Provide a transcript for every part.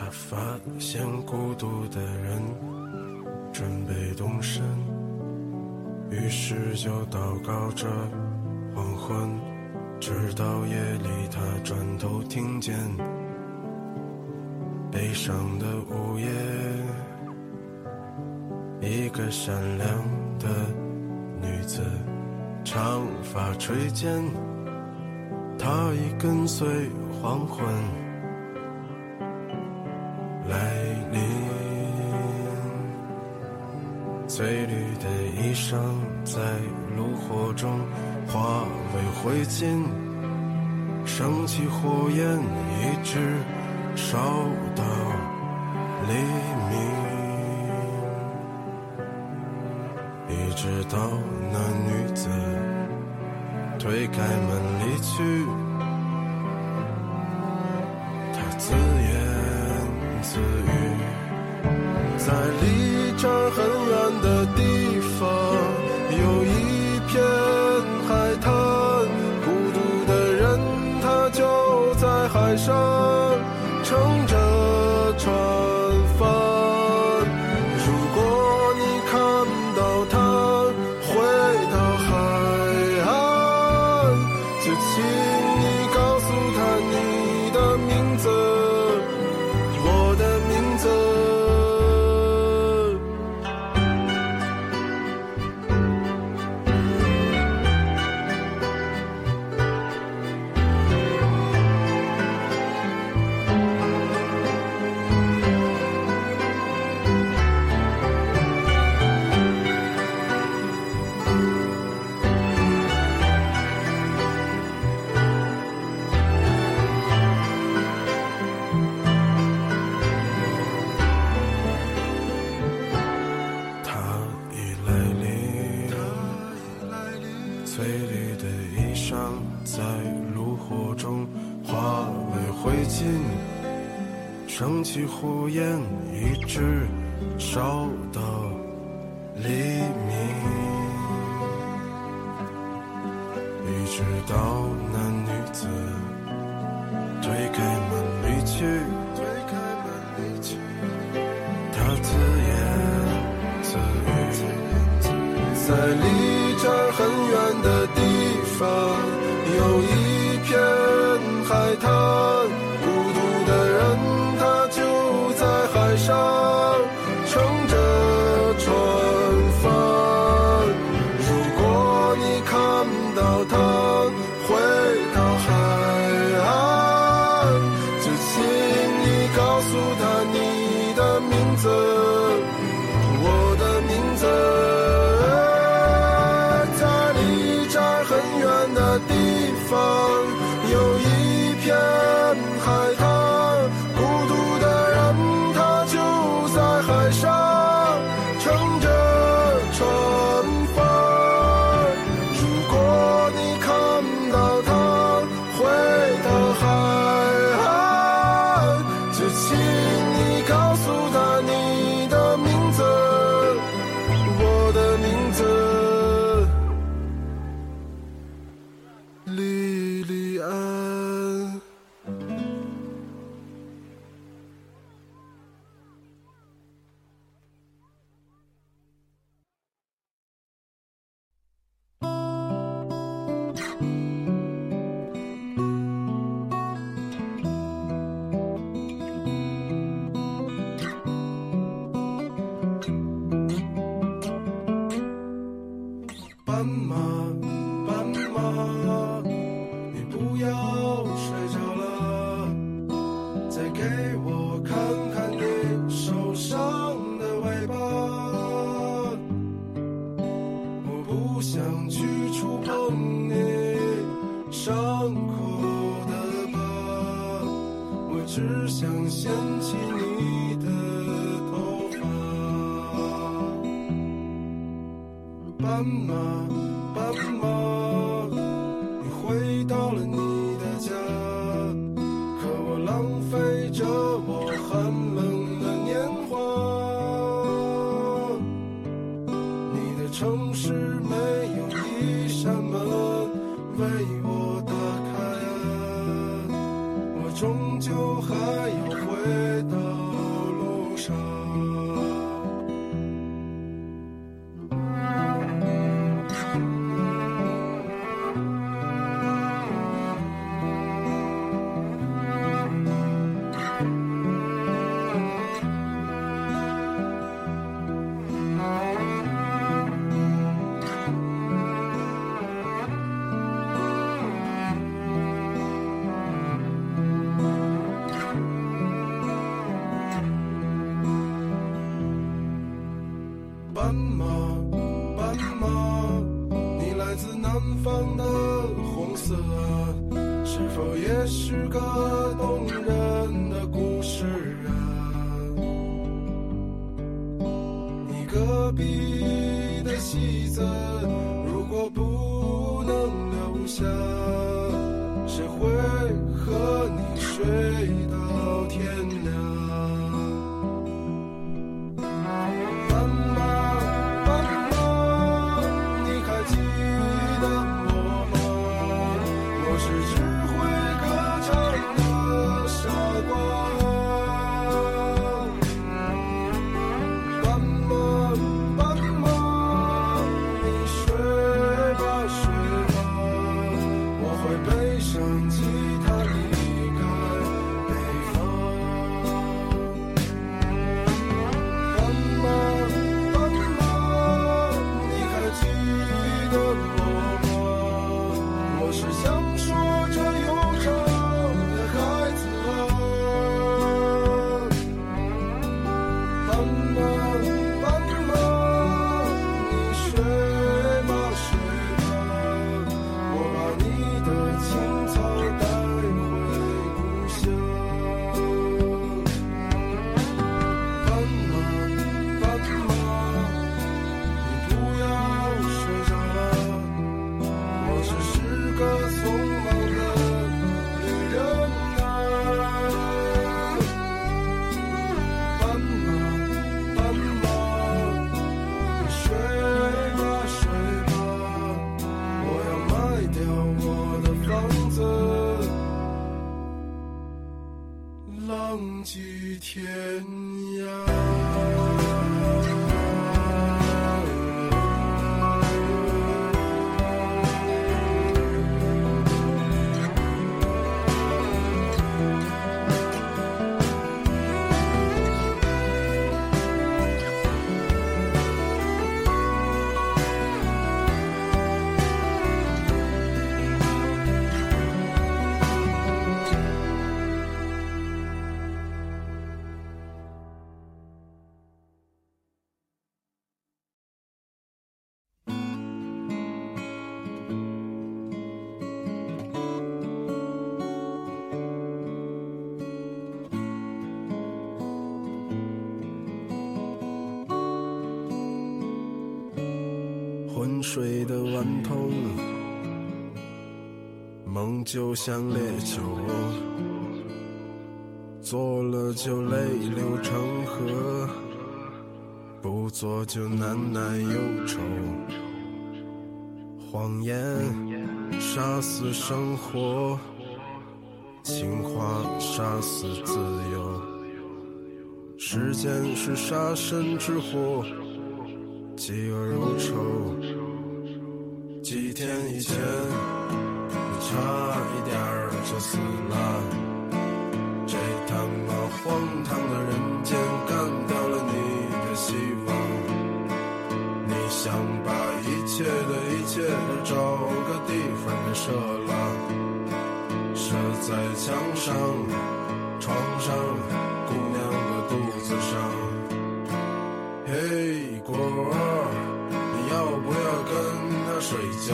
他发现孤独的人准备动身，于是就祷告着黄昏，直到夜里他转头听见悲伤的午夜，一个善良的女子，长发垂肩，她已跟随黄昏来临，翠绿的衣裳在炉火中化为灰烬，升起火焰一直烧到黎明，一直到那女子推开门离去，她自言自语，在离这儿很远的地方有一片海滩，孤独的人他就在海上乘着船帆，如果你看到他回到海岸，就请你告诉他你的名字，我的名字。翠绿的衣裳在炉火中化为灰烬，升起火焰一直烧到黎明，一直到那女子推开门离去，她自言自语，在离这儿很远的地方有一片海滩，孤独的人他就在海上乘着船帆，如果你看到他回到海岸，就请你告诉他你的名字，我的名字。的地方有一片海滩，孤独的人他就在海上乘着船帆，如果你看到他回到海岸，就请你告诉他你的名字，我的名字。莉莉安，斑马斑马，你不要睡着了，再给我看看你受伤的尾巴，我不想去触碰你伤口的疤，我只想掀起你的头发。斑马斑马，你回到了你的家，可我浪费着我寒冷的年华，你的城市没有一扇门为我打开，我终究还要回到红色，是否也是个动人的故事啊？你隔壁的戏子，如果不能留下，谁会和你睡到天亮？浪迹天涯。昏睡的顽童，梦就像烈酒，做了就泪流成河，不做就难耐忧愁。谎言杀死生活，情话杀死自由。时间是杀身之祸，饥饿如仇。几天以前你差一点就死了，这他妈荒唐的人间干掉了你的希望。你想把一切都找个地方给射了，射在墙上、床上、姑娘的肚子上。嘿，果儿，你要不要跟他睡觉？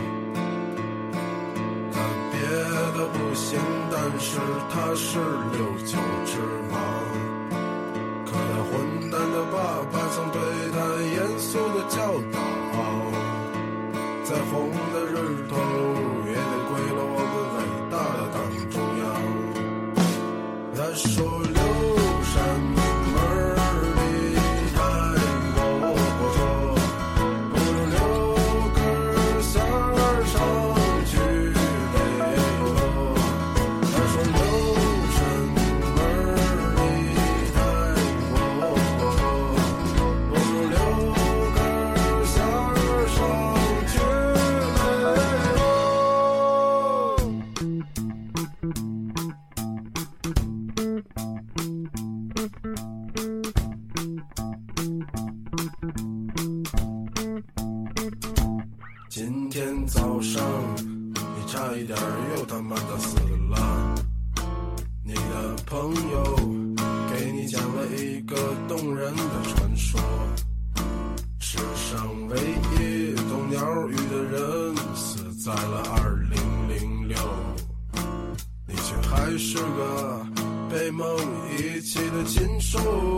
他别的不行，但是他是69之王。可他混蛋的爸爸曾对他严肃的教导，再红的日头也得归了我们伟大的党中央。他说刘山门里太窝火，不如留根线儿上去背篼。他说刘山门里太窝火，不如留根线儿上去背篼。今天早上你差一点又他妈的死了，你的朋友给你讲了一个动人的传说，世上唯一懂鸟语的人死在了2006，你却还是个被梦遗弃的禽兽。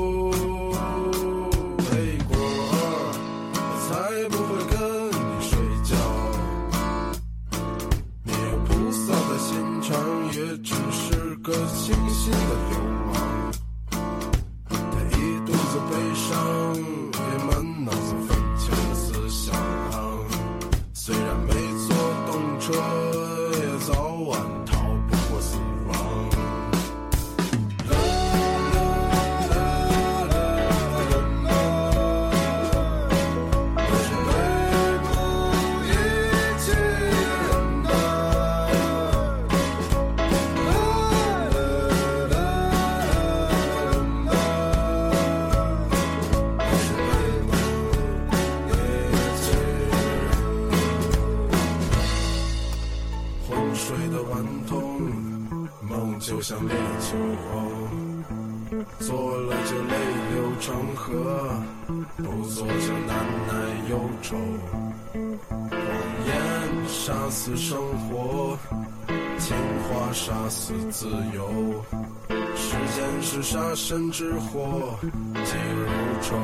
黑果我才不会跟你睡觉，你有菩萨的心肠，也只是个清新的流氓。他一肚子悲伤，也满脑子愤青的思想，虽然没坐动车，也早晚逃不过死亡。就像烈酒，做了就泪流成河，不做就难耐忧愁。谎言杀死生活，情话杀死自由。时间是杀身之祸，几如仇。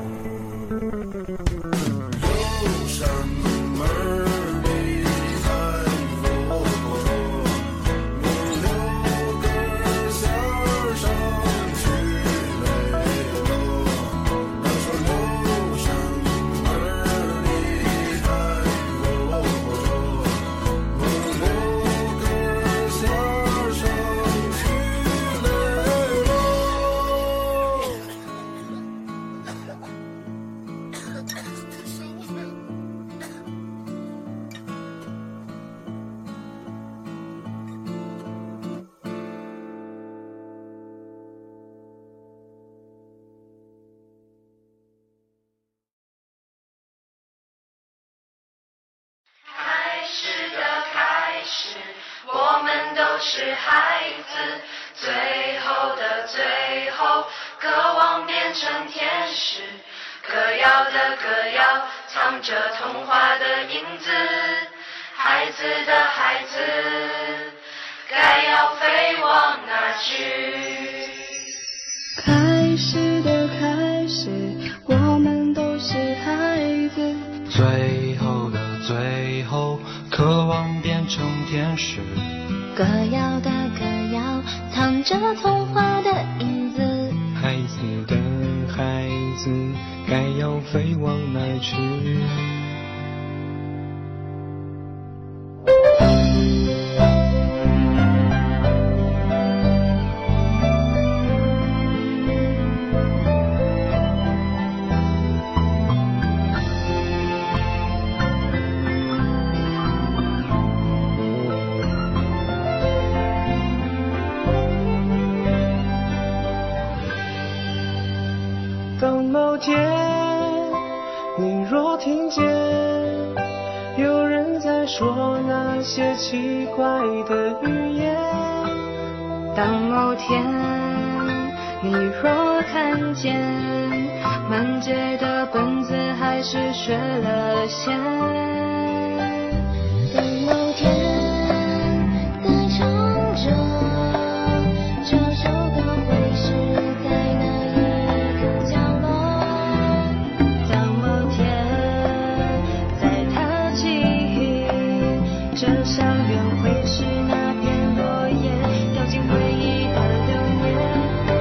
有扇门我们都是孩子，最后的最后，渴望变成天使。歌谣的歌谣，藏着童话的影子。孩子的孩子，该要飞往哪去？ 开始的开始，我们都是孩子。 最后的最后，渴望变成天使。 歌谣的歌谣，藏着童话的影子。 孩子的孩子，该要飞往哪去？当某天你若听见有人在说那些奇怪的语言， 当某天你若看见满街的本子还是学了先，当某天在唱着这首歌会是在哪一个角落，当某天在他记忆这校园会是那片落叶掉进回忆的流年。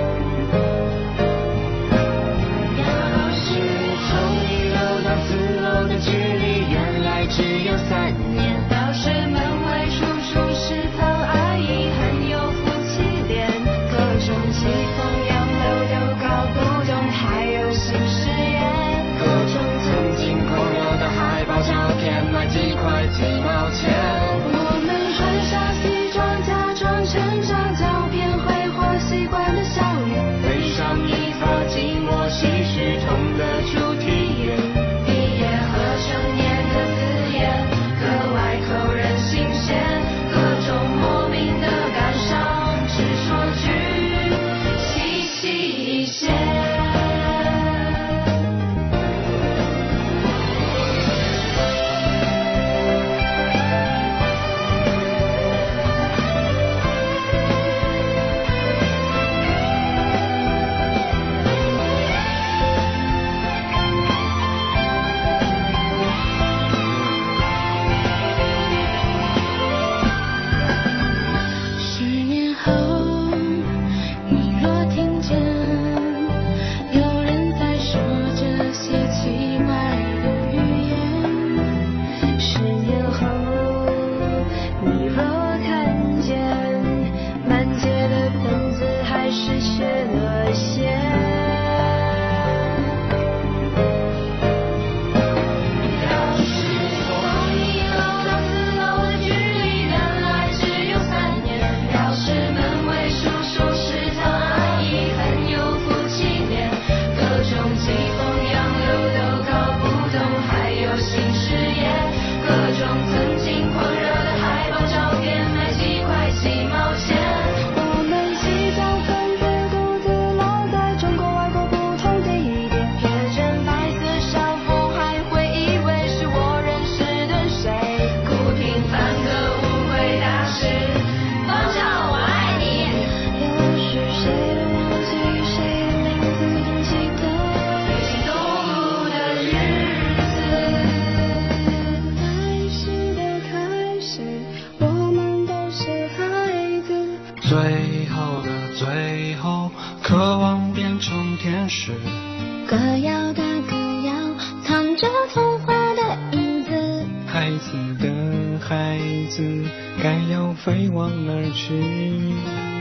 要是从1楼到4楼的距离原来只有3年， 倒是门外叔叔石头阿姨很有夫妻脸，各种西风洋流都搞不懂，还有新誓言， 各种曾经朋友的海报照片，买几块几毛钱。 我们穿上的最后，渴望变成天使。 歌谣的歌谣，藏着童话的影子。 孩子的孩子，该要飞往哪儿去？